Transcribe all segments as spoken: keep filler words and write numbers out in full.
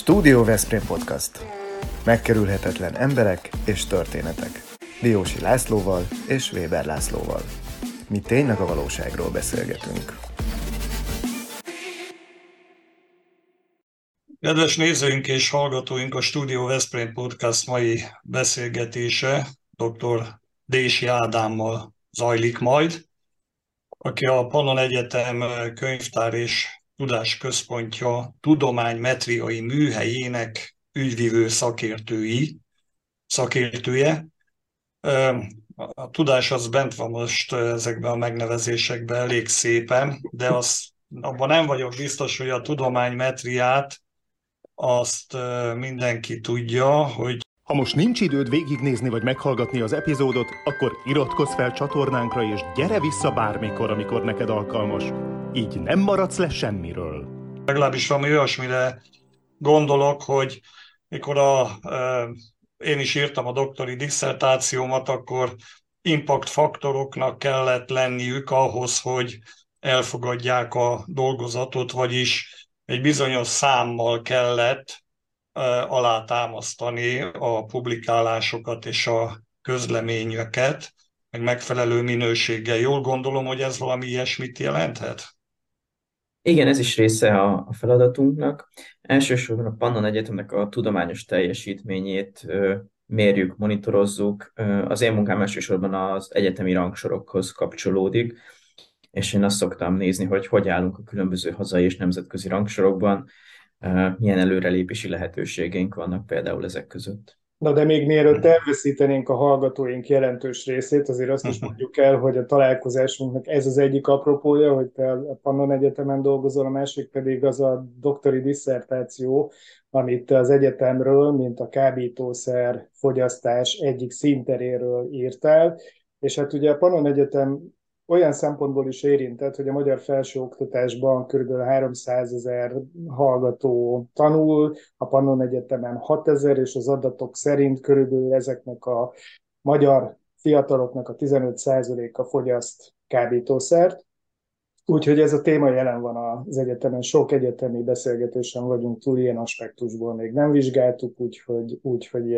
Stúdió Veszprém Podcast. Megkerülhetetlen emberek és történetek. Diósi Lászlóval és Weber Lászlóval. Mi tényleg a valóságról beszélgetünk. Kedves nézőink és hallgatóink, a Stúdió Veszprém Podcast mai beszélgetése dr. Dési Ádámmal zajlik majd, aki a Pannon Egyetem könyvtár és tudásközpontja tudománymetriai műhelyének ügyvivő szakértői, szakértője. A tudás az bent van most ezekben a megnevezésekben elég szépen, de az, abban nem vagyok biztos, hogy a tudománymetriát azt mindenki tudja, hogy... Ha most nincs időd végignézni vagy meghallgatni az epizódot, akkor iratkozz fel csatornánkra és gyere vissza bármikor, amikor neked alkalmas. Így nem maradsz le semmiről. Legalábbis valami olyasmire gondolok, hogy mikor a, én is írtam a doktori disszertációmat, akkor impact faktoroknak kellett lenniük ahhoz, hogy elfogadják a dolgozatot, vagyis egy bizonyos számmal kellett alátámasztani a publikálásokat és a közleményeket, meg megfelelő minőséggel. Jól gondolom, hogy ez valami ilyesmit jelenthet? Igen, ez is része a feladatunknak. Elsősorban a Pannon Egyetemnek a tudományos teljesítményét mérjük, monitorozzuk. Az én munkám elsősorban az egyetemi rangsorokhoz kapcsolódik, és én azt szoktam nézni, hogy hogy állunk a különböző hazai és nemzetközi rangsorokban, milyen előrelépési lehetőségeink vannak például ezek között. Na de még mielőtt elveszítenénk a hallgatóink jelentős részét, azért azt is mondjuk el, hogy a találkozásunknak ez az egyik apropója, hogy te a Pannon Egyetemen dolgozol, a másik pedig az a doktori disszertáció, amit te az egyetemről, mint a kábítószer fogyasztás egyik színteréről írtál, és hát ugye a Pannon Egyetem olyan szempontból is érintett, hogy a magyar felsőoktatásban kb. háromszázezer hallgató tanul, a Pannon Egyetemen hatezer, és az adatok szerint körülbelül ezeknek a magyar fiataloknak a tizenöt százaléka fogyaszt kábítószert. Úgyhogy ez a téma jelen van az egyetemen, sok egyetemi beszélgetésen vagyunk túl, ilyen aspektusból még nem vizsgáltuk, úgyhogy, úgyhogy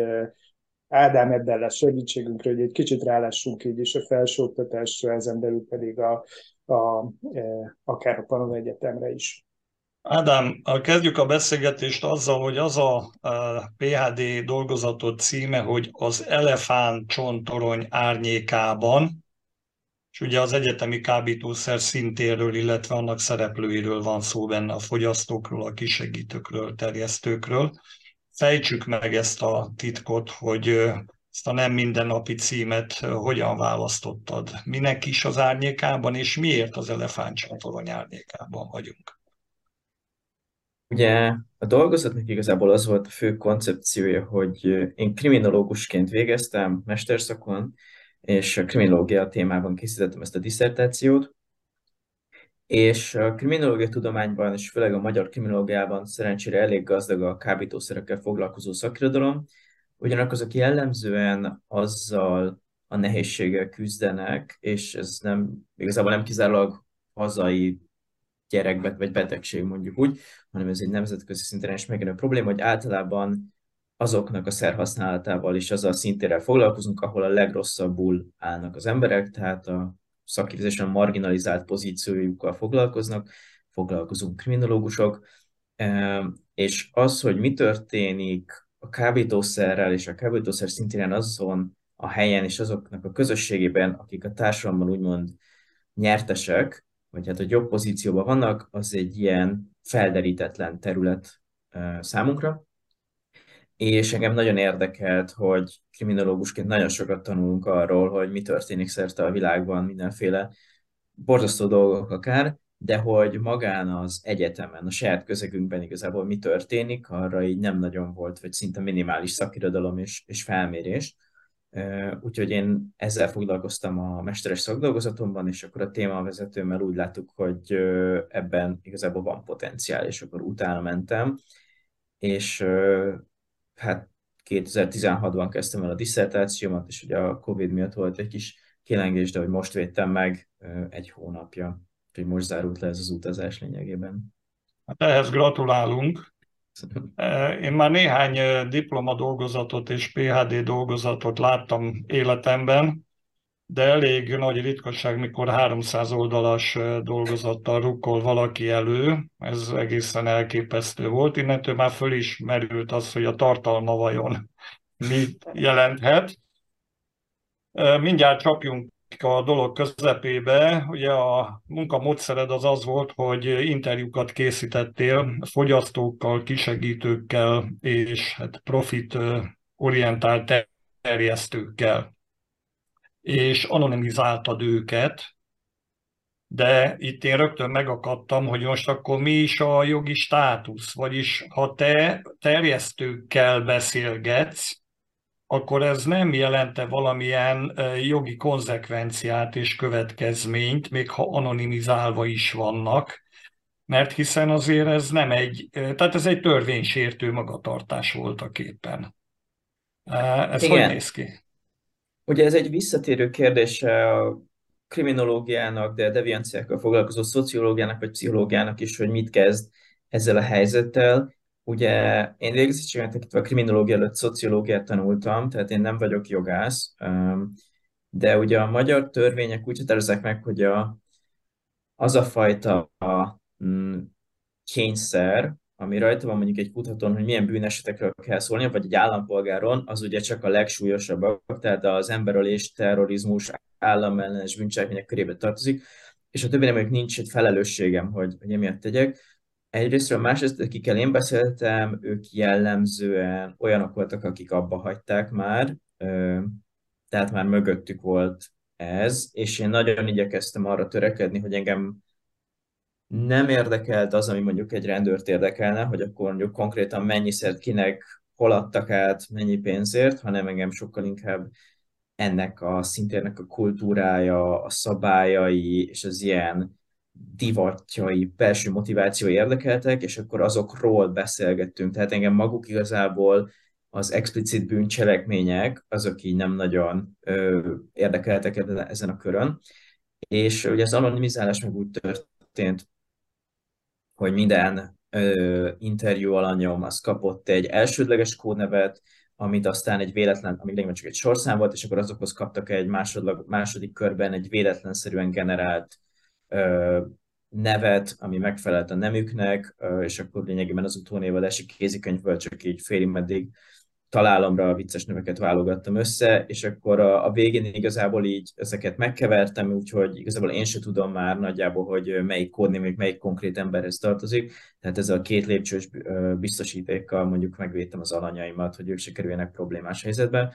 Ádám ebben lesz segítségünkre, hogy egy kicsit rálássunk így is a felsőoktatásra, ezen belül pedig a, a, e, akár a Pannon Egyetemre is. Ádám, kezdjük a beszélgetést azzal, hogy az a, a pé há dé dolgozatot címe, hogy az elefántcsontorony árnyékában, és ugye az egyetemi kábítószer szintéről, illetve annak szereplőiről van szó benne, a fogyasztókról, a kisegítőkről, terjesztőkről. Fejtsük meg ezt a titkot, hogy ezt a nem mindennapi címet hogyan választottad. Minek is az árnyékában, és miért az elefántcsontorony árnyékában vagyunk? Ugye a dolgozatnak igazából az volt a fő koncepciója, hogy én kriminológusként végeztem mesterszakon, és a kriminológia témában készítettem ezt a disszertációt, és a kriminológia tudományban, és főleg a magyar kriminológiában szerencsére elég gazdag a kábítószerekkel foglalkozó szakirodalom, ugyanakkor azok jellemzően azzal a nehézséggel küzdenek, és ez nem, igazából nem kizárólag hazai gyerekbet vagy betegség mondjuk úgy, hanem ez egy nemzetközi szinten is megjelenő probléma, hogy általában azoknak a szerhasználatával és azzal a szintérrel foglalkozunk, ahol a legrosszabbul állnak az emberek, tehát a szakképzésen marginalizált pozíciójukkal foglalkoznak, foglalkozunk kriminológusok, és az, hogy mi történik a kábítószerrel és a kábítószer szintéren azon a helyen és azoknak a közösségében, akik a társadalomban úgymond nyertesek, vagy hát, hogy jobb pozícióban vannak, az egy ilyen felderítetlen terület számunkra. És engem nagyon érdekelt, hogy kriminológusként nagyon sokat tanulunk arról, hogy mi történik szerte a világban, mindenféle borzasztó dolgok akár, de hogy magán az egyetemen, a saját közegünkben igazából mi történik, arra így nem nagyon volt, vagy szinte minimális szakirodalom és, és felmérés. Úgyhogy én ezzel foglalkoztam a mesteres szakdolgozatomban, és akkor a témavezetőmmel úgy láttuk, hogy ebben igazából van potenciál, és akkor utána mentem, és hát kétezer-tizenhatban kezdtem el a disszertációmat, és ugye a Covid miatt volt egy kis kilengés, de hogy most védtem meg egy hónapja, úgyhogy most zárult le ez az utazás lényegében. Hát ehhez gratulálunk. Én már néhány diplomadolgozatot és pé há dé dolgozatot láttam életemben, de elég nagy ritkaság, mikor háromszáz oldalas dolgozattal rukkol valaki elő. Ez egészen elképesztő volt. Innentől már föl is merült az, hogy a tartalma vajon mit jelenthet. Mindjárt csapjunk a dolog közepébe. Ugye a munkamódszered az az volt, hogy interjúkat készítettél fogyasztókkal, kisegítőkkel és hát profit orientált terjesztőkkel, és anonimizáltad őket, de itt én rögtön megakadtam, hogy most akkor mi is a jogi státusz, vagyis ha te terjesztőkkel beszélgetsz, akkor ez nem jelente valamilyen jogi konzekvenciát és következményt, még ha anonimizálva is vannak, mert hiszen azért ez nem egy, tehát ez egy törvénysértő magatartás voltak éppen. Ez Igen. hogy néz ki? Ugye ez egy visszatérő kérdése a kriminológiának, de devianciákkal foglalkozó szociológiának vagy pszichológiának is, hogy mit kezd ezzel a helyzettel. Ugye én végzettségemet tekintve a kriminológia előtt szociológiát tanultam, tehát én nem vagyok jogász, de ugye a magyar törvények úgy határozzák meg, hogy a, az a fajta mm, kényszer, ami rajta van mondjuk egy kutatón, hogy milyen bűnesetekről kell szólnia, vagy egy állampolgáron, az ugye csak a legsúlyosabbak, tehát az emberölés, terrorizmus, államellenes bűncselekmények körébe tartozik, és a többi mondjuk nincs egy felelősségem, hogy, hogy emiatt tegyek. Egyrésztről, másrészt, akikkel én beszéltem, ők jellemzően olyanok voltak, akik abba hagyták már, tehát már mögöttük volt ez, és én nagyon igyekeztem arra törekedni, hogy engem nem érdekelt az, ami mondjuk egy rendőrt érdekelne, hogy akkor mondjuk konkrétan mennyiszer kinek hol adtak át, mennyi pénzért, hanem engem sokkal inkább ennek a szintérnek a kultúrája, a szabályai és az ilyen divatjai, belső motivációi érdekeltek, és akkor azokról beszélgettünk. Tehát engem maguk igazából az explicit bűncselekmények, azok így nem nagyon ö, érdekeltek ezen a körön. És ugye az anonimizálás meg úgy történt, hogy minden ö, interjú alanyom az kapott egy elsődleges kódnevet, amit aztán egy véletlen, ami lényegében csak egy sorszám volt, és akkor azokhoz kaptak egy másodlag, második körben egy véletlenszerűen generált ö, nevet, ami megfelelt a nemüknek, ö, és akkor lényegében az utónévadási kézikönyvből csak így félig meddig találomra a vicces neveket válogattam össze, és akkor a, a végén igazából így ezeket megkevertem, úgyhogy igazából én sem tudom már nagyjából, hogy melyik kódném, melyik konkrét emberhez tartozik, tehát ezzel a két lépcsős biztosítékkal mondjuk megvédtem az alanyaimat, hogy ők se kerüljenek problémás helyzetbe.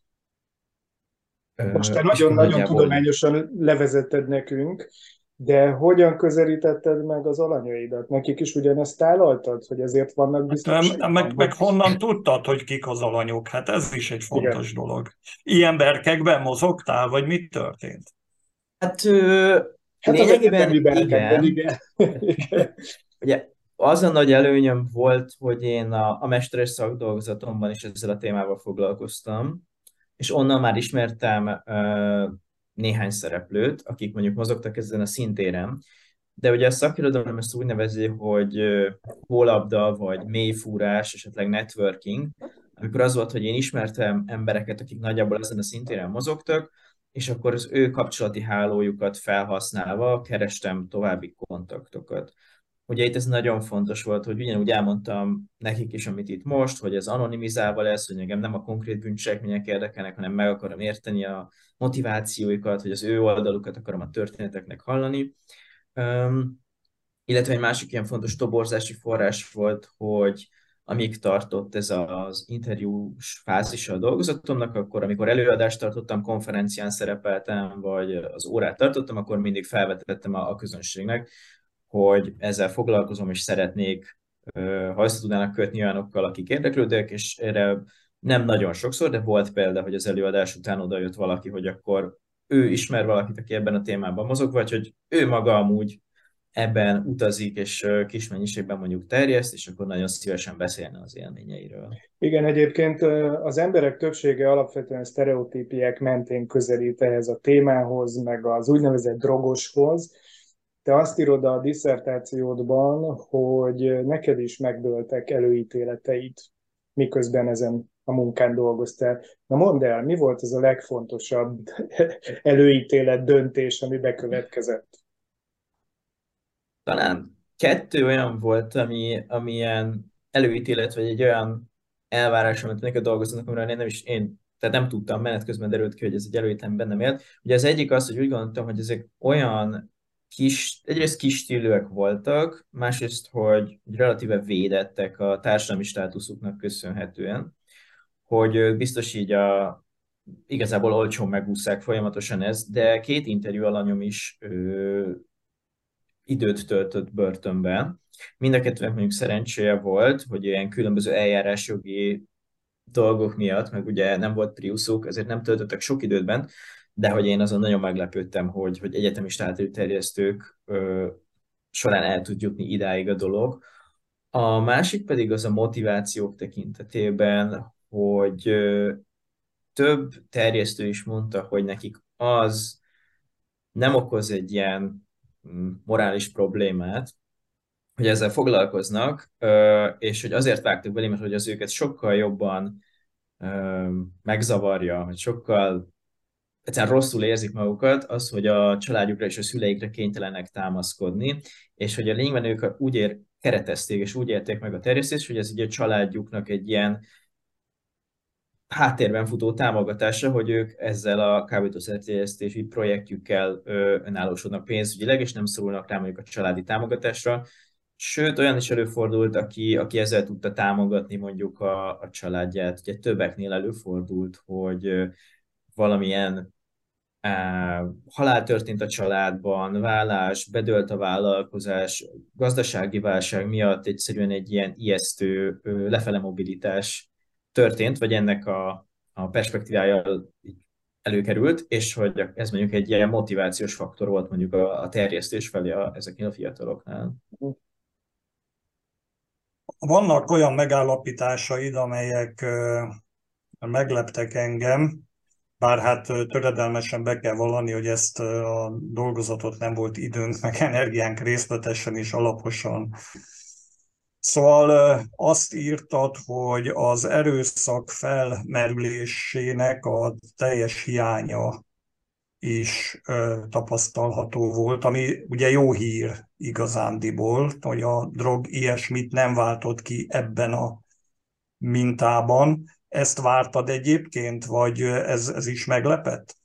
Most te nagyon-nagyon nagyjából... tudományosan levezetted nekünk, de hogyan közelítetted meg az alanyaidat? Nekik is ugyanezt tálaltad, hogy ezért vannak biztonságban? Hát, meg, meg honnan tudtad, hogy kik az alanyok? Hát ez is egy fontos Igen. dolog. Ilyen berkekben mozogtál, vagy mi történt? Hát, ö, hát lényegében igen. igen. igen. Ugye az a nagy előnyöm volt, hogy én a, a mesteres szakdolgozatomban is ezzel a témával foglalkoztam, és onnan már ismertem ö, néhány szereplőt, akik mondjuk mozogtak ezen a szintéren, de ugye a szakirodalom ezt úgy nevezi, hogy hólabda, vagy mélyfúrás, esetleg networking, amikor az volt, hogy én ismertem embereket, akik nagyjából ezen a szintéren mozogtak, és akkor az ő kapcsolati hálójukat felhasználva kerestem további kontaktokat. Ugye itt ez nagyon fontos volt, hogy ugyanúgy elmondtam nekik is, amit itt most, hogy ez anonimizálva lesz, hogy engem nem a konkrét bűncselekmények érdekelnek, hanem meg akarom érteni a motivációikat, hogy az ő oldalukat akarom a történeteknek hallani. Um, illetve egy másik ilyen fontos toborzási forrás volt, hogy amíg tartott ez az interjús fázisa a dolgozatomnak, akkor amikor előadást tartottam, konferencián szerepeltem, vagy az órát tartottam, akkor mindig felvetettem a, a közönségnek, hogy ezzel foglalkozom, és szeretnék, ha össze tudnának kötni olyanokkal, akik érdeklődők, és erre nem nagyon sokszor, de volt példa, hogy az előadás után oda jött valaki, hogy akkor ő ismer valakit, aki ebben a témában mozog, vagy hogy ő maga amúgy ebben utazik, és kis mennyiségben mondjuk terjeszt, és akkor nagyon szívesen beszélne az élményeiről. Igen, egyébként az emberek többsége alapvetően sztereotípiek mentén közelít ehhez a témához, meg az úgynevezett drogoshoz, Te azt írod a disszertációdban, hogy neked is megdőltek előítéleteid, miközben ezen a munkán dolgoztál. Na mondd el, mi volt az a legfontosabb előítélet döntés, ami bekövetkezett? Talán kettő olyan volt, ami, ami ilyen előítélet, vagy egy olyan elvárás, amit neked dolgoznak, amiről én nem is én, tehát nem tudtam, menet közben derült ki, hogy ez egy előítelem bennem élt. Ugye az egyik az, hogy úgy gondoltam, hogy ezek olyan kis, egyrészt kis stílűek voltak, másrészt, hogy relatíve védettek a társadalmi státuszuknak köszönhetően, hogy ők biztos így a, igazából olcsón megúszszák folyamatosan ezt, de két interjú alanyom is ö, időt töltött börtönben. Mind a kettőnek mondjuk szerencséje volt, hogy ilyen különböző eljárásjogi dolgok miatt, meg ugye nem volt Priuszuk, ezért nem töltöttek sok időt bent, de hogy én azon nagyon meglepődtem, hogy, hogy egyetemista előterjesztők ö, során el tud jutni idáig a dolog. A másik pedig az a motivációk tekintetében, hogy ö, több terjesztő is mondta, hogy nekik az nem okoz egy ilyen mm, morális problémát, hogy ezzel foglalkoznak, ö, és hogy azért vágtak belé, mert hogy az őket sokkal jobban ö, megzavarja, hogy sokkal egyszerűen rosszul érzik magukat, az, hogy a családjukra és a szüleikre kénytelenek támaszkodni, és hogy a lényegben ők úgy ér, keretezték, és úgy érték meg a terjesztést, hogy ez így a családjuknak egy ilyen háttérben futó támogatása, hogy ők ezzel a kábítószerterjesztési projektjükkel ö, önállósodnak pénzügyileg, és nem szorulnak rá mondjuk a családi támogatásra. Sőt, olyan is előfordult, aki, aki ezzel tudta támogatni mondjuk a, a családját. Ugye többeknél előfordult, hogy ö, valamilyen halál történt a családban, vállás, bedőlt a vállalkozás, gazdasági válság miatt egyszerűen egy ilyen ijesztő lefele mobilitás történt, vagy ennek a, a perspektívája előkerült, és hogy ez mondjuk egy ilyen motivációs faktor volt mondjuk a, a terjesztés felé a, ezeknél a fiataloknál. Vannak olyan megállapításaid, amelyek ö, megleptek engem, bár hát töredelmesen be kell vallani, hogy ezt a dolgozatot nem volt időnk, meg energiánk részletesen és alaposan. Szóval azt írtad, hogy az erőszak felmerülésének a teljes hiánya is tapasztalható volt, ami ugye jó hír igazándiból, hogy a drog ilyesmit nem váltott ki ebben a mintában. Ezt vártad egyébként, vagy ez, ez is meglepett?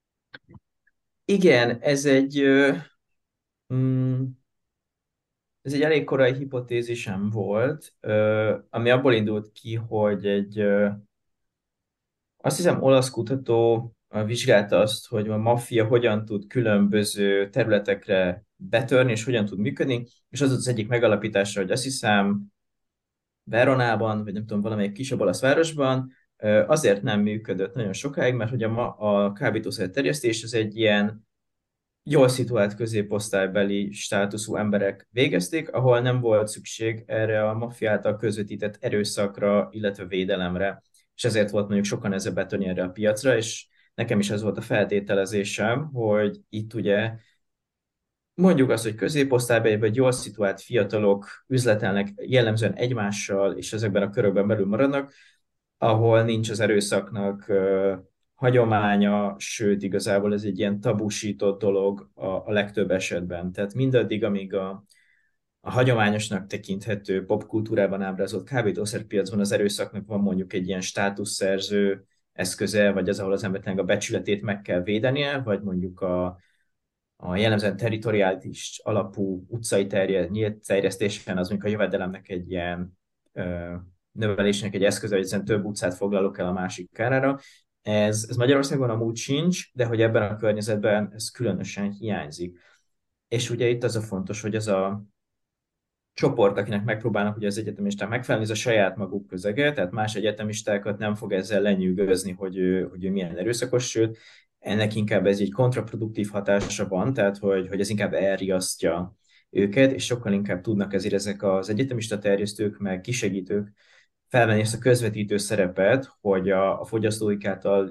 Igen, ez egy, mm, ez egy elég korai hipotézisem volt, ami abból indult ki, hogy egy, azt hiszem, olasz kutató vizsgálta azt, hogy a maffia hogyan tud különböző területekre betörni, és hogyan tud működni, és az az egyik megalapítása, hogy azt hiszem, Veronában, vagy nem tudom, valamelyik kisebb olasz városban, azért nem működött nagyon sokáig, mert hogy a, ma, a kábítószer terjesztés az egy ilyen jól szituált középosztálybeli státuszú emberek végezték, ahol nem volt szükség erre a maffia által közvetített erőszakra, illetve védelemre, és ezért volt mondjuk sokan nehezebb betörni erre a piacra, és nekem is ez volt a feltételezésem, hogy itt ugye mondjuk azt, hogy középosztálybeli vagy jól szituált fiatalok üzletelnek jellemzően egymással, és ezekben a körökben belül maradnak, ahol nincs az erőszaknak uh, hagyománya, sőt, igazából ez egy ilyen tabusított dolog a, a legtöbb esetben. Tehát mindaddig, amíg a, a hagyományosnak tekinthető popkultúrában ábrázolt kábítószerpiacban az erőszaknak van mondjuk egy ilyen státuszszerző eszköze, vagy az, ahol az embernek a becsületét meg kell védenie, vagy mondjuk a a jellemzően territoriális alapú utcai terjed, nyílt terjesztésen az mondjuk a jövedelemnek egy ilyen ö, növelésnek egy eszköze, hogy ezen több utcát foglalok el a másik kárára. Ez, ez Magyarországon amúgy sincs, de hogy ebben a környezetben ez különösen hiányzik. És ugye itt az a fontos, hogy az a csoport, akinek megpróbálnak ugye az egyetemisták megfelelni, ez a saját maguk közege, tehát más egyetemistákat nem fog ezzel lenyűgözni, hogy ő, hogy ő milyen erőszakos, sőt, ennek inkább ez egy kontraproduktív hatása van, tehát hogy, hogy ez inkább elriasztja őket, és sokkal inkább tudnak ezért ezek az egyetemista terjesztők, meg kisegítők felvenni ezt a közvetítő szerepet, hogy a, a fogyasztóik által így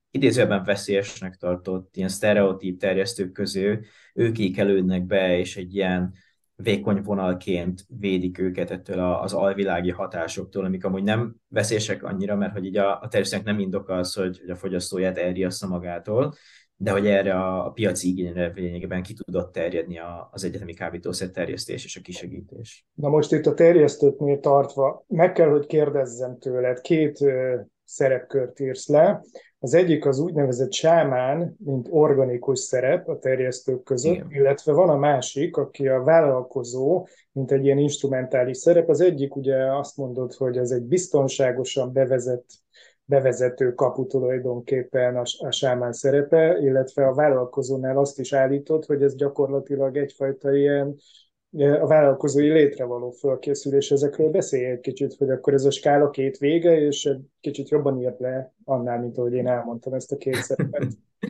idézőjelben veszélyesnek tartott ilyen sztereotíp terjesztők közül ők ékelődnek be, és egy ilyen vékony vonalként védik őket ettől az alvilági hatásoktól, amik amúgy nem veszélyesek annyira, mert hogy így a, a terjesztőnek nem indoka az, hogy, hogy a fogyasztóját elriassza magától, de hogy erre a, a piaci igényre lényegében ki tudott terjedni a, az egyetemi kábítószer terjesztés és a kisegítés. Na most itt a terjesztőknél tartva, meg kell, hogy kérdezzem tőled, két ö, szerepkört írsz le. Az egyik az úgynevezett sámán, mint organikus szerep a terjesztők között, Igen. illetve van a másik, aki a vállalkozó, mint egy ilyen instrumentális szerep. Az egyik ugye azt mondod, hogy ez egy biztonságosan bevezett, bevezető kapu tulajdonképpen a, a sámán szerepe, illetve a vállalkozónál azt is állítod, hogy ez gyakorlatilag egyfajta ilyen a vállalkozói létre való fölkészülés. Ezekről beszélj egy kicsit, hogy akkor ez a skála két vége, és egy kicsit jobban írt le annál, mint ahogy én elmondtam ezt a két szerepet.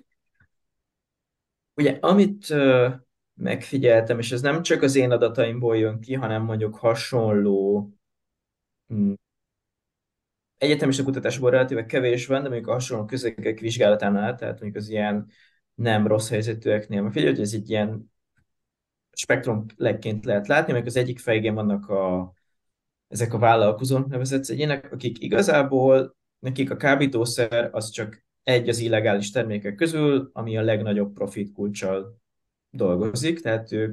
Ugye, amit uh, megfigyeltem, és ez nem csak az én adataimból jön ki, hanem mondjuk hasonló mm, egyetemista kutatásból relatíve kevés van, de mondjuk a hasonló közegek vizsgálatánál, tehát mondjuk az ilyen nem rossz helyzetűeknél, mert figyelj, hogy ez egy ilyen spektrumlegként lehet látni, mert az egyik fején vannak a, ezek a vállalkozók nevezett egyének, akik igazából, nekik a kábítószer az csak egy az illegális termékek közül, ami a legnagyobb profit kulccsal dolgozik, tehát ők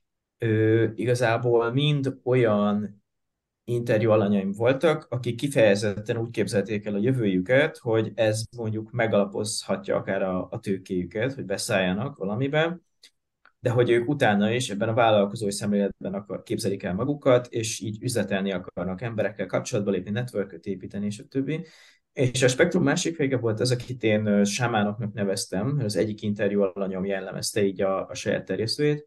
ő, igazából mind olyan interjú alanyaim voltak, akik kifejezetten úgy képzelték el a jövőjüket, hogy ez mondjuk megalapozhatja akár a, a tőkéjüket, hogy beszálljanak valamiben, de hogy ők utána is ebben a vállalkozói szemléletben akar, képzelik el magukat, és így üzletelni akarnak, emberekkel kapcsolatba lépni, networköt építeni, és a többi. És a spektrum másik vége volt az, akit én sámánoknak neveztem, az egyik interjú alanyom jellemezte így a, a saját terjesztőjét,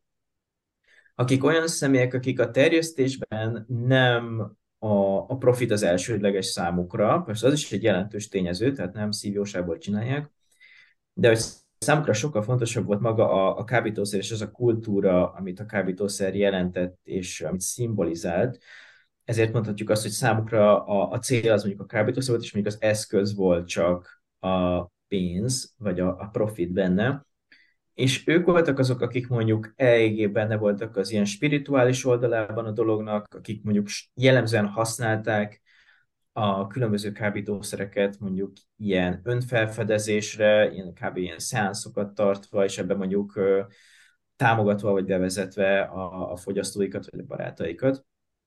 akik olyan személyek, akik a terjesztésben nem a, a profit az elsődleges számukra, persze az is egy jelentős tényező, tehát nem szívjóságból csinálják, de hogy számukra sokkal fontosabb volt maga a, a kábítószer és az a kultúra, amit a kábítószer jelentett és amit szimbolizált. Ezért mondhatjuk azt, hogy számukra a, a cél az mondjuk a kábítószer volt, és mondjuk az eszköz volt csak a pénz, vagy a, a profit benne. És ők voltak azok, akik mondjuk eléggé benne voltak az ilyen spirituális oldalában a dolognak, akik mondjuk jellemzően használták a különböző kábítószereket mondjuk ilyen önfelfedezésre, ilyen kb. Ilyen szeánszokat tartva, és ebben mondjuk támogatva vagy bevezetve a, a fogyasztóikat vagy a barátaikat.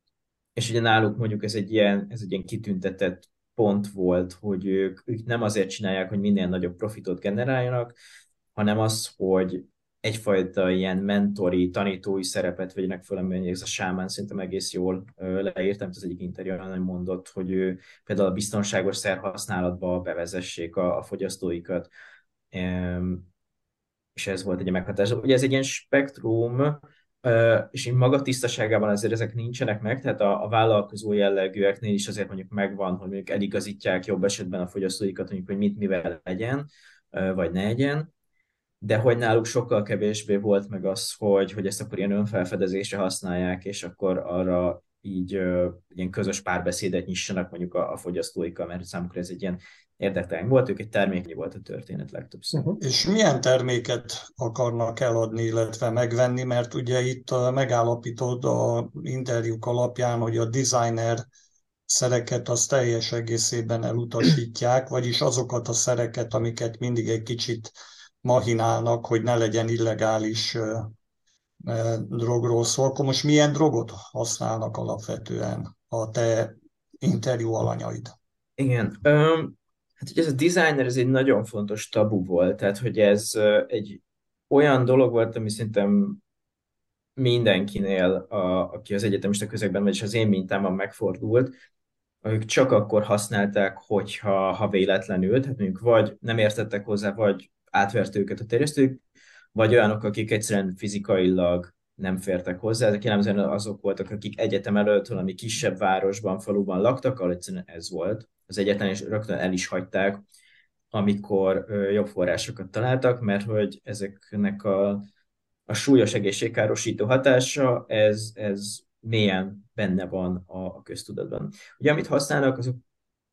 És ugye náluk mondjuk ez egy ilyen, ez egy ilyen kitüntetett pont volt, hogy ők, ők nem azért csinálják, hogy minél nagyobb profitot generáljanak, hanem az, hogy egyfajta ilyen mentori, tanítói szerepet vegyenek föl, amiben ez a sámán szerintem egész jól leírtam, az egyik interjúban mondott, hogy ő például a biztonságos szerhasználatba bevezessék a, a fogyasztóikat, és ez volt egy meghatározó. Ugye ez egy ilyen spektrum, és így maga tisztaságában azért ezek nincsenek meg, tehát a, a vállalkozó jellegűeknél is azért mondjuk megvan, hogy mondjuk eligazítják jobb esetben a fogyasztóikat, mondjuk, hogy mit mivel legyen, vagy ne legyen, de hogy náluk sokkal kevésbé volt meg az, hogy, hogy ezt akkor ilyen önfelfedezésre használják, és akkor arra így uh, ilyen közös párbeszédet nyissanak mondjuk a, a fogyasztóikkal, mert számukra ez egy ilyen érdektelen volt, ők egy terméknyi volt a történet legtöbbször. Uh-huh. És milyen terméket akarnak eladni, illetve megvenni, mert ugye itt megállapítod a interjúk alapján, hogy a designer szereket az teljes egészében elutasítják, vagyis azokat a szereket, amiket mindig egy kicsit mahinálnak, hogy ne legyen illegális drogról szó. Akkor most milyen drogot használnak alapvetően a te interjú alanyaid? Igen, um, hát ugye ez a designer, ez egy nagyon fontos tabu volt, tehát hogy ez uh, egy olyan dolog volt, ami szerintem mindenkinél, a, aki az egyetemista közegben, vagyis az én mintámban megfordult, ők csak akkor használták, hogyha ha véletlenül, tehát mondjuk vagy nem értettek hozzá, vagy átvert őket a terjesztők, vagy olyanok, akik egyszerűen fizikailag nem fértek hozzá. Ezek jellemzően azok voltak, akik egyetem előtt valami kisebb városban, faluban laktak, ahol egyszerűen ez volt. Az egyetem és rögtön el is hagyták, amikor ö, jobb forrásokat találtak, mert hogy ezeknek a, a súlyos egészségkárosító hatása, ez, ez mélyen benne van a, a köztudatban. Ugye amit használnak, azok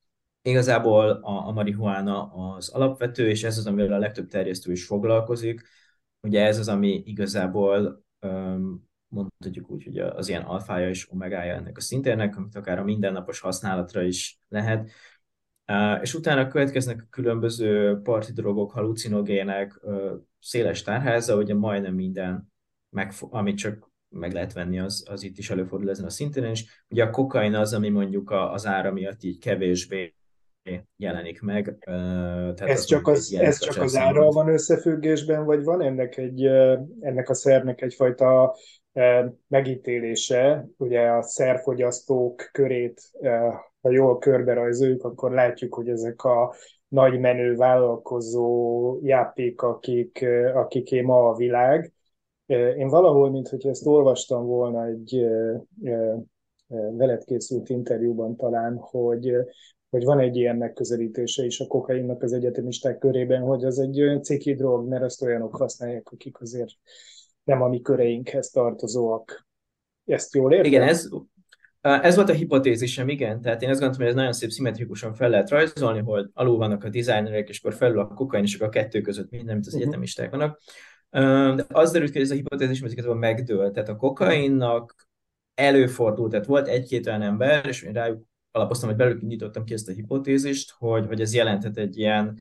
Igazából a, a marihuána az alapvető, és ez az, amivel a legtöbb terjesztő is foglalkozik. Ugye ez az, ami igazából öm, mondhatjuk úgy, hogy az ilyen alfája és omegája ennek a szintérnek, amit akár a mindennapos használatra is lehet. Uh, és utána következnek a különböző parti drogok, halucinogének, uh, széles tárháza, ugye majdnem minden, megfo- amit csak meg lehet venni, az, az itt is előfordul ezen a szinten is. Ugye a kokain az, ami mondjuk a, az ára miatt így kevésbé jelenik meg, uh, tehát Ez az csak mondjuk egy az, ilyen ez csak az kacsás árral van összefüggésben, vagy van ennek egy, eh, ennek a szernek egyfajta eh, megítélése? Ugye a szerfogyasztók körét, eh, ha jól körberajzoljuk, akkor látjuk, hogy ezek a nagy menő vállalkozó jápék, akik, eh, akiké ma a világ. Eh, Én valahol, mintha ezt olvastam volna egy eh, eh, veled készült interjúban talán, hogy hogy van egy ilyen megközelítése is a kokainnak az egyetemisták körében, hogy az egy olyan ciki drog, mert ezt olyanok használják, akik azért nem a mi köreinkhez tartozóak. Ezt jól Igen, értem? ez, ez volt a hipotézisem, igen. Tehát én azt gondoltam, hogy ez nagyon szép szimmetrikusan fel lehet rajzolni, hogy alul vannak a designerek, és akkor felül a kokain, és akkor a kettő között minden, mint az Uh-huh. egyetemisták vannak. De az derült ki, hogy ez a hipotézis az igazából megdőlt. Tehát a kokainnak előfordult, tehát volt egy-két olyan ember, és én rájuk alapoztam, hogy belőlük indítottam ki ezt a hipotézist, hogy, hogy ez jelenthet egy ilyen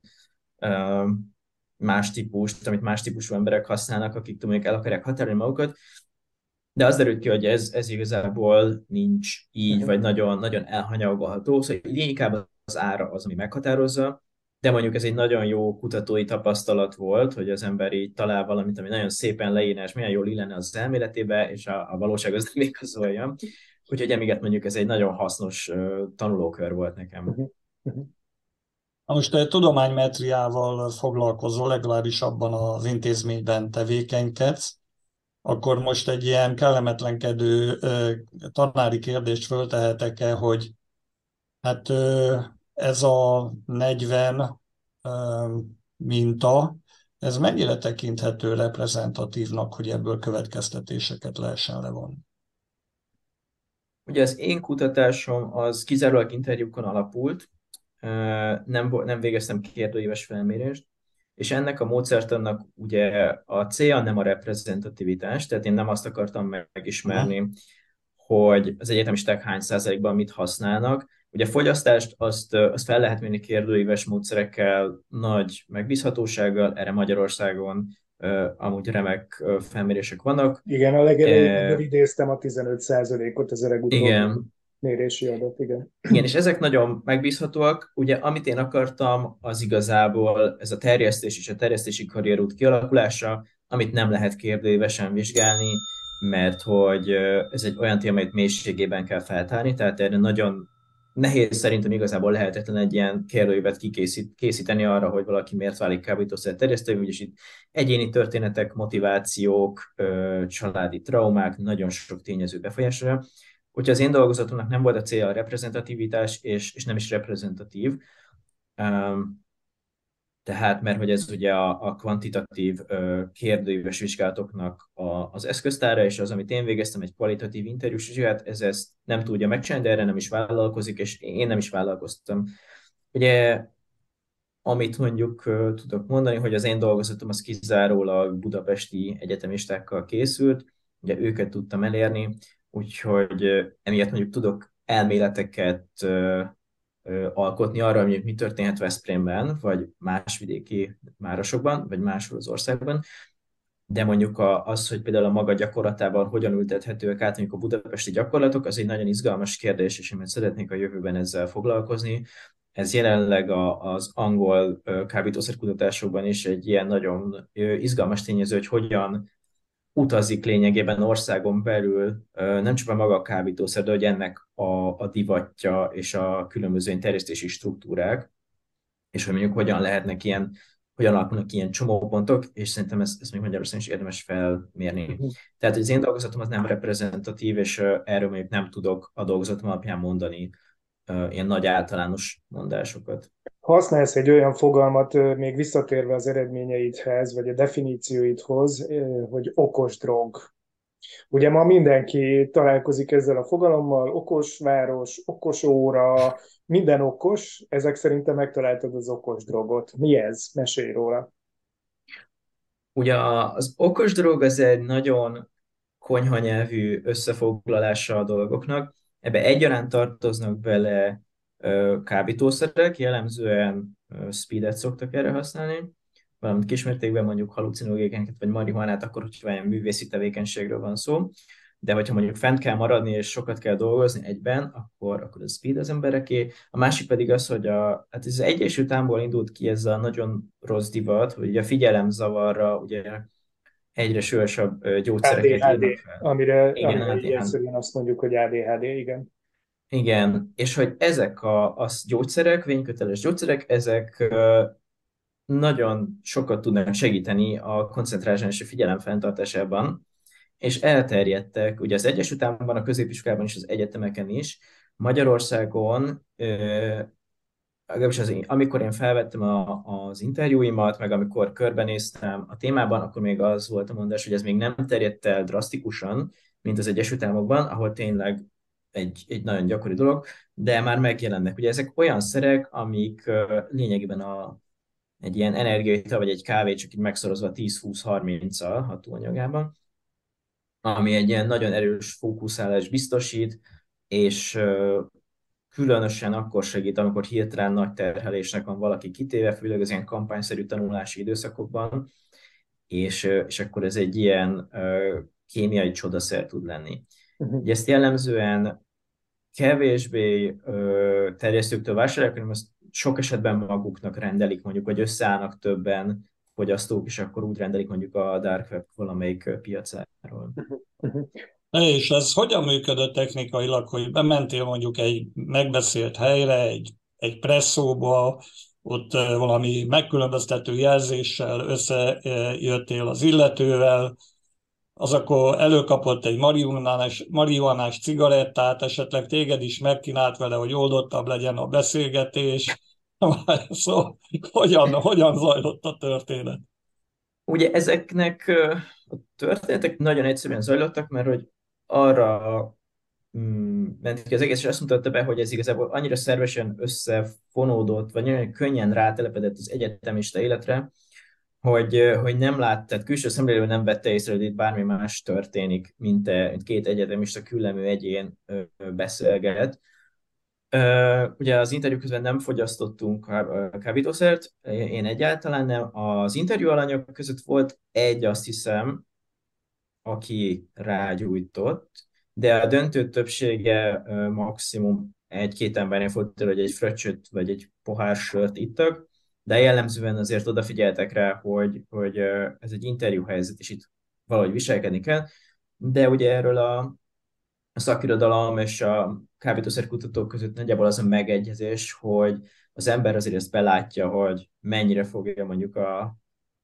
um, más típust, amit más típusú emberek használnak, akik mondjuk el akarják határolni magukat, de az derült ki, hogy ez, ez igazából nincs így, Uh-huh. vagy nagyon, nagyon elhanyagolható, szóval inkább az ára az, ami meghatározza, de mondjuk ez egy nagyon jó kutatói tapasztalat volt, hogy az ember így talál valamit, ami nagyon szépen leírna, és milyen jól illene az elméletébe, és a, a valóság az nem igazolja. Úgyhogy emiatt mondjuk ez egy nagyon hasznos uh, tanulókör volt nekem. Uh-huh. Uh-huh. Na most te tudománymetriával foglalkozol, legalábbis abban az intézményben tevékenykedsz, akkor most egy ilyen kellemetlenkedő ö, tanári kérdést föltehetek-e, hogy hát ö, ez a negyven ö, minta, ez mennyire tekinthető reprezentatívnak, hogy ebből következtetéseket lehessen levonni? Ugye az én kutatásom az kizárólag interjúkon alapult, nem, nem végeztem kérdőíves felmérést, és ennek a módszertannak ugye a célja nem a reprezentativitás, tehát én nem azt akartam megismerni, hogy az egyetemisták hány százalékban mit használnak. Ugye a fogyasztást azt, azt fel lehet mérni kérdőíves módszerekkel, nagy megbízhatósággal, erre Magyarországon uh, amúgy remek uh, felmérések vannak. Igen, a legelején Uh, idéztem a tizenöt százalékot, ez a legutóbbi igen, mérési adat, igen. Igen, és ezek nagyon megbízhatóak. Ugye, amit én akartam, az igazából ez a terjesztés és a terjesztési karrierút kialakulása, amit nem lehet kérdőívesen vizsgálni, mert hogy ez egy olyan téma, amit mélységében kell feltárni, tehát erre nagyon nehéz, szerintem igazából lehetetlen egy ilyen kérdőívet kikészíteni arra, hogy valaki miért válik kábítószer terjesztő, úgyis itt egyéni történetek, motivációk, családi traumák, nagyon sok tényező befolyásolja. Hogyha az én dolgozatomnak nem volt a célja a reprezentativitás, és, és nem is reprezentatív, um, tehát mert hogy ez ugye a, a kvantitatív uh, kérdőíves vizsgálatoknak a, az eszköztára, és az, amit én végeztem, egy kvalitatív interjús vizsgálat, ez ezt nem tudja megcsinálni, de erre nem is vállalkozik, és én nem is vállalkoztam. Ugye, amit mondjuk uh, tudok mondani, hogy az én dolgozatom az kizárólag budapesti egyetemistákkal készült, ugye őket tudtam elérni, úgyhogy uh, emiatt mondjuk tudok elméleteket uh, uh, alkotni arra, hogy mi történhet Veszprémben, vagy más vidéki városokban, vagy máshol az országban, de mondjuk a, az, hogy például a maga gyakorlatában hogyan ültethetőek át mondjuk a budapesti gyakorlatok, az egy nagyon izgalmas kérdés, és én szeretnék a jövőben ezzel foglalkozni. Ez jelenleg a, az angol kábítószerkutatásokban is egy ilyen nagyon izgalmas tényező, hogy hogyan utazik lényegében országon belül nem csak a maga a kábítószer, de hogy ennek a, a divatja és a különböző terjesztési struktúrák, és hogy mondjuk hogyan lehetnek ilyen, hogyan alakulnak ilyen csomópontok, és szerintem ezt, ezt még Magyarországon is érdemes felmérni. Uh-huh. Tehát az én dolgozatom az nem reprezentatív, és erről még nem tudok a dolgozatom alapján mondani ilyen nagy általános mondásokat. Használsz egy olyan fogalmat, még visszatérve az eredményeidhez, vagy a definícióidhoz, hogy okos drog. Ugye ma mindenki találkozik ezzel a fogalommal, okos város, okos óra, minden okos, ezek szerint te megtaláltad az okos drogot. Mi ez? Mesélj róla. Ugye az okos drog az egy nagyon konyha nyelvű összefoglalása a dolgoknak. Ebbe egyaránt tartoznak bele ö, kábítószerek, jellemzően ö, speedet szoktak erre használni, valamint kismértékben mondjuk halucinogéneket vagy marihuánát, akkor, hogyha olyan művészi tevékenységről van szó. De hogyha mondjuk fent kell maradni és sokat kell dolgozni egyben, akkor, akkor a speed az embereké. A másik pedig az, hogy a, hát ez az Egyesült Államból indult ki ez a nagyon rossz divat, hogy ugye a figyelemzavarra ugye egyre súlyosabb ö, gyógyszereket írnak á dé há dé, fel. amire, Igen, amire á dé há dé. egyszerűen azt mondjuk, hogy á dé há dé, igen. Igen, és hogy ezek a, a gyógyszerek, vényköteles gyógyszerek, ezek ö, nagyon sokat tudnak segíteni a koncentrálás és a figyelem fenntartásában, és elterjedtek, ugye az Egyesült Államokban, a középiskolában és az egyetemeken is, Magyarországon, ö, legalábbis az, amikor én felvettem a, az interjúimat, meg amikor körbenéztem a témában, akkor még az volt a mondás, hogy ez még nem terjedt el drasztikusan, mint az Egyesült Államokban, ahol tényleg egy, egy nagyon gyakori dolog, de már megjelennek. Ugye ezek olyan szerek, amik ö, lényegében a, egy ilyen energiaital, vagy egy kávé csak így megszorozva tíz-húsz-harminccal hatóanyagában, ami egy ilyen nagyon erős fókuszálás biztosít, és ö, különösen akkor segít, amikor hirtelen nagy terhelésnek van valaki kitéve, főleg az ilyen kampányszerű tanulási időszakokban, és, ö, és akkor ez egy ilyen ö, kémiai csodaszer tud lenni. Uh-huh. Ugye ezt jellemzően kevésbé ö, terjesztőktől vásárolják, hanem ezt sok esetben maguknak rendelik, mondjuk, vagy összeállnak többen fogyasztók, és akkor úgy rendelik mondjuk a Dark Web valamelyik ö, piacáról. Uh-huh. És ez hogyan működött technikailag, hogy bementél mondjuk egy megbeszélt helyre, egy, egy presszóba, ott eh, valami megkülönböztető jelzéssel összejöttél az illetővel, az akkor előkapott egy marihuánás, marihuánás cigarettát, esetleg téged is megkínált vele, hogy oldottabb legyen a beszélgetés. Szóval hogyan, hogyan zajlott a történet? Ugye ezeknek ö, a történetek nagyon egyszerűen zajlottak, mert hogy arra mm, ment ki az egész, és azt mutatta be, hogy ez igazából annyira szervesen összefonódott, vagy nagyon könnyen rátelepedett az egyetemista életre, hogy, ö, hogy nem lát, tehát külső szemlélő nem vette észre, hogy itt bármi más történik, mint, e, mint két egyetemista küllemű egyén ö, ö, beszélget. Ö, Ugye az interjú közben nem fogyasztottunk ká- kábítószert, én egyáltalán nem. Az interjú alanyok között volt egy, azt hiszem, aki rágyújtott, de a döntő többsége ö, maximum egy-két embernél fordult elő, hogy egy fröccsöt vagy egy pohár sört ittak, de jellemzően azért odafigyeltek rá, hogy, hogy ö, ez egy interjúhelyzet, és itt valahogy viselkedni kell. De ugye erről a, a szakirodalom és a kábítószerkutatók között nagyjából az a megegyezés, hogy az ember azért ezt belátja, hogy mennyire fogja mondjuk a,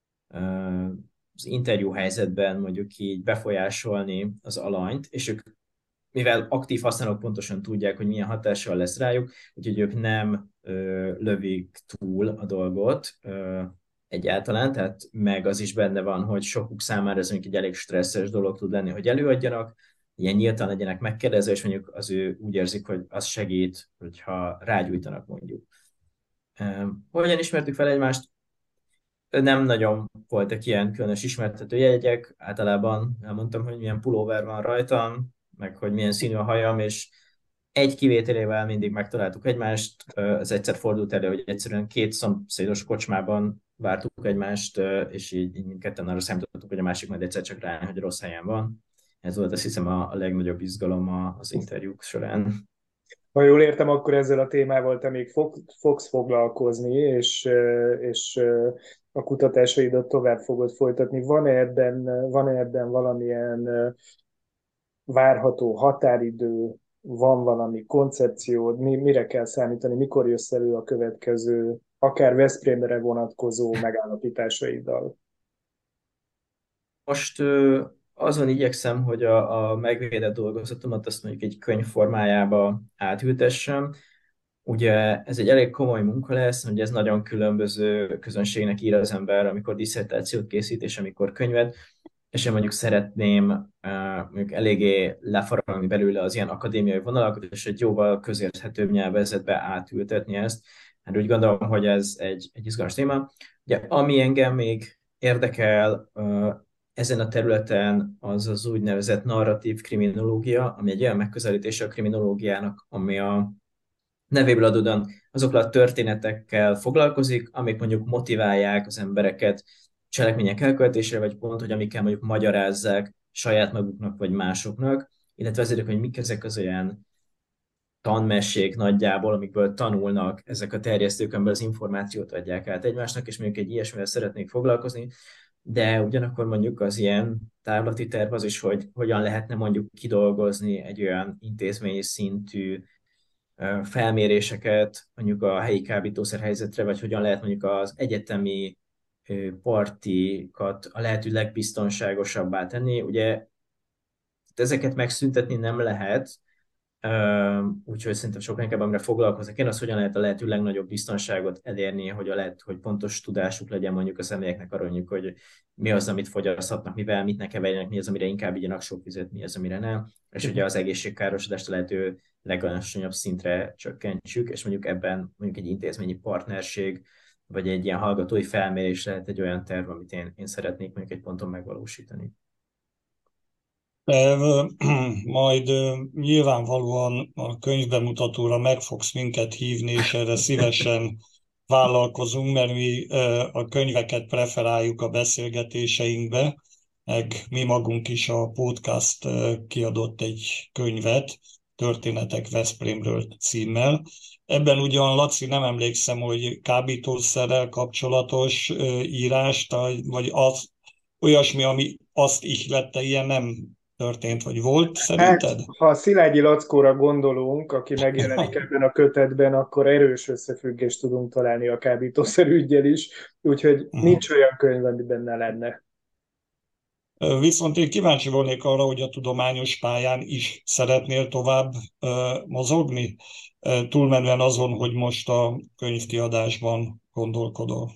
az interjú helyzetben mondjuk így befolyásolni az alanyt, és ők, mivel aktív használók pontosan tudják, hogy milyen hatással lesz rájuk, úgyhogy ők nem ö, lövik túl a dolgot ö, egyáltalán, tehát meg az is benne van, hogy sokuk számára ez mondjuk egy elég stresszes dolog tud lenni, hogy előadjanak, ilyen nyíltan legyenek megkérdezve, és mondjuk az ő úgy érzik, hogy az segít, hogyha rágyújtanak mondjuk. Hogyan ismertük fel egymást? Nem nagyon voltak ilyen különös ismertető jegyek, általában elmondtam, hogy milyen pulóver van rajtam, meg hogy milyen színű a hajam, és egy kivételével mindig megtaláltuk egymást. Ez egyszer fordult elő, hogy egyszerűen két szomszédos kocsmában vártuk egymást, és így, így mindketten arra számítottuk, hogy a másik majd egyszer csak rájön, hogy rossz helyen van. Ez volt, azt hiszem, a, a legnagyobb izgalom az interjúk során. Ha jól értem, akkor ezzel a témával te még fog, fogsz foglalkozni, és, és a kutatásaidat tovább fogod folytatni. Van-e ebben, van-e ebben valamilyen várható határidő, van valami koncepciód, mi, mire kell számítani, mikor jössz elő a következő, akár Veszprémre vonatkozó megállapításaiddal? Most ö, azon igyekszem, hogy a, a megvédett dolgozatomat azt mondjuk egy könyv formájába átültessem. Ugye ez egy elég komoly munka lesz, hogy ez nagyon különböző közönségnek ír az ember, amikor disszertációt készít és amikor könyvet. és én mondjuk szeretném uh, mondjuk eléggé lefaragni belőle az ilyen akadémiai vonalakat, és egy jóval közérthetőbb nyelvezetbe átültetni ezt. Hát úgy gondolom, hogy ez egy, egy izgalmas téma. Ugye, ami engem még érdekel uh, ezen a területen, az az úgynevezett narratív kriminológia, ami egy olyan megközelítése a kriminológiának, ami a nevéből adódóan azokkal a történetekkel foglalkozik, amik mondjuk motiválják az embereket cselekmények elkövetésére, vagy pont, hogy amikkel mondjuk magyarázzák saját maguknak vagy másoknak, illetve azért, hogy mik ezek az olyan tanmesék nagyjából, amikből tanulnak ezek a terjesztők, amiből az információt adják át egymásnak, és mondjuk egy ilyesmivel szeretnék foglalkozni, de ugyanakkor mondjuk az ilyen távlati terv az is, hogy hogyan lehetne mondjuk kidolgozni egy olyan intézményi szintű felméréseket mondjuk a helyi kábítószer helyzetre, vagy hogyan lehet mondjuk az egyetemi partikat a lehető legbiztonságosabbá tenni. Ugye ezeket megszüntetni nem lehet, úgyhogy szerintem sokkal inkább amire foglalkoznak én, az hogyan lehet a lehető legnagyobb biztonságot elérni, hogy a lehet, hogy pontos tudásuk legyen mondjuk a személyeknek arról, mondjuk, hogy mi az, amit fogyaszthatnak, mivel, mit ne keverjenek, mi az, amire inkább igyanak sok vizet, mi az, amire nem, és ugye az egészségkárosodást a lehető legalacsonyabb szintre csökkentsük, és mondjuk ebben mondjuk egy intézményi partnerség, vagy egy ilyen hallgatói felmérés lehet egy olyan terv, amit én, én szeretnék mondjuk egy ponton megvalósítani. Majd nyilvánvalóan a könyvbemutatóra meg fogsz minket hívni, és erre szívesen vállalkozunk, mert mi a könyveket preferáljuk a beszélgetéseinkbe, meg mi magunk is a podcast kiadott egy könyvet, Történetek Veszprémről címmel. Ebben ugyan, Laci, nem emlékszem, hogy kábítószerrel kapcsolatos írást, vagy az, olyasmi, ami azt ihlette, ilyen nem történt, vagy volt szerinted? Hát, ha Szilágyi Lackóra gondolunk, aki megjelenik ebben a kötetben, akkor erős összefüggést tudunk találni a kábítószerüggyel is, úgyhogy nincs olyan könyv, ami benne lenne. Viszont én kíváncsi volnék arra, hogy a tudományos pályán is szeretnél tovább uh, mozogni, uh, túlmenően azon, hogy most a könyvkiadásban gondolkodol.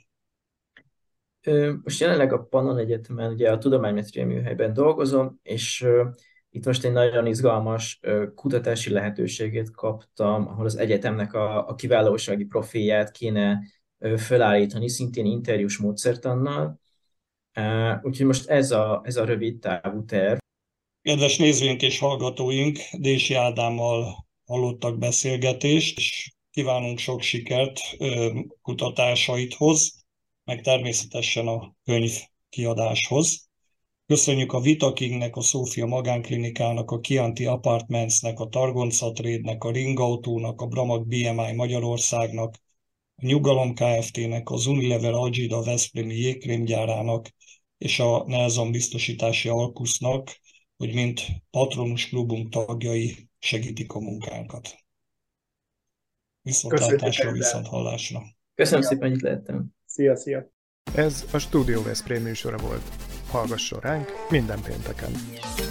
Most jelenleg a Pannon Egyetemen ugye a tudománymetriai műhelyben dolgozom, és uh, itt most egy nagyon izgalmas uh, kutatási lehetőségét kaptam, ahol az egyetemnek a, a kiválósági profilját kéne uh, felállítani, szintén interjús módszertannal. Uh, úgyhogy most ez a, ez a rövid távú terv. Kedves nézőink és hallgatóink, Dési Ádámmal hallottak beszélgetést, és kívánunk sok sikert uh, kutatásaidhoz, meg természetesen a könyv kiadáshoz. Köszönjük a Vitakingnek, a Szófia Magánklinikának, a Chianti Apartmentsnek, a Targonca Trade-nek, a Ringautónak, a Bramag bé em i Magyarországnak, a Nyugalom Kft-nek, az Unilever Agida Veszprémi jégkrémgyárának és a Nelson Biztosítási Alkusznak, hogy mint Patronus Klubunk tagjai segítik a munkánkat. Viszontlátásra, viszont hallásra. Köszönöm szépen, hogy itt lehettem. Szia, szia! Ez a Studio Veszprém műsora volt. Hallgasson ránk minden pénteken!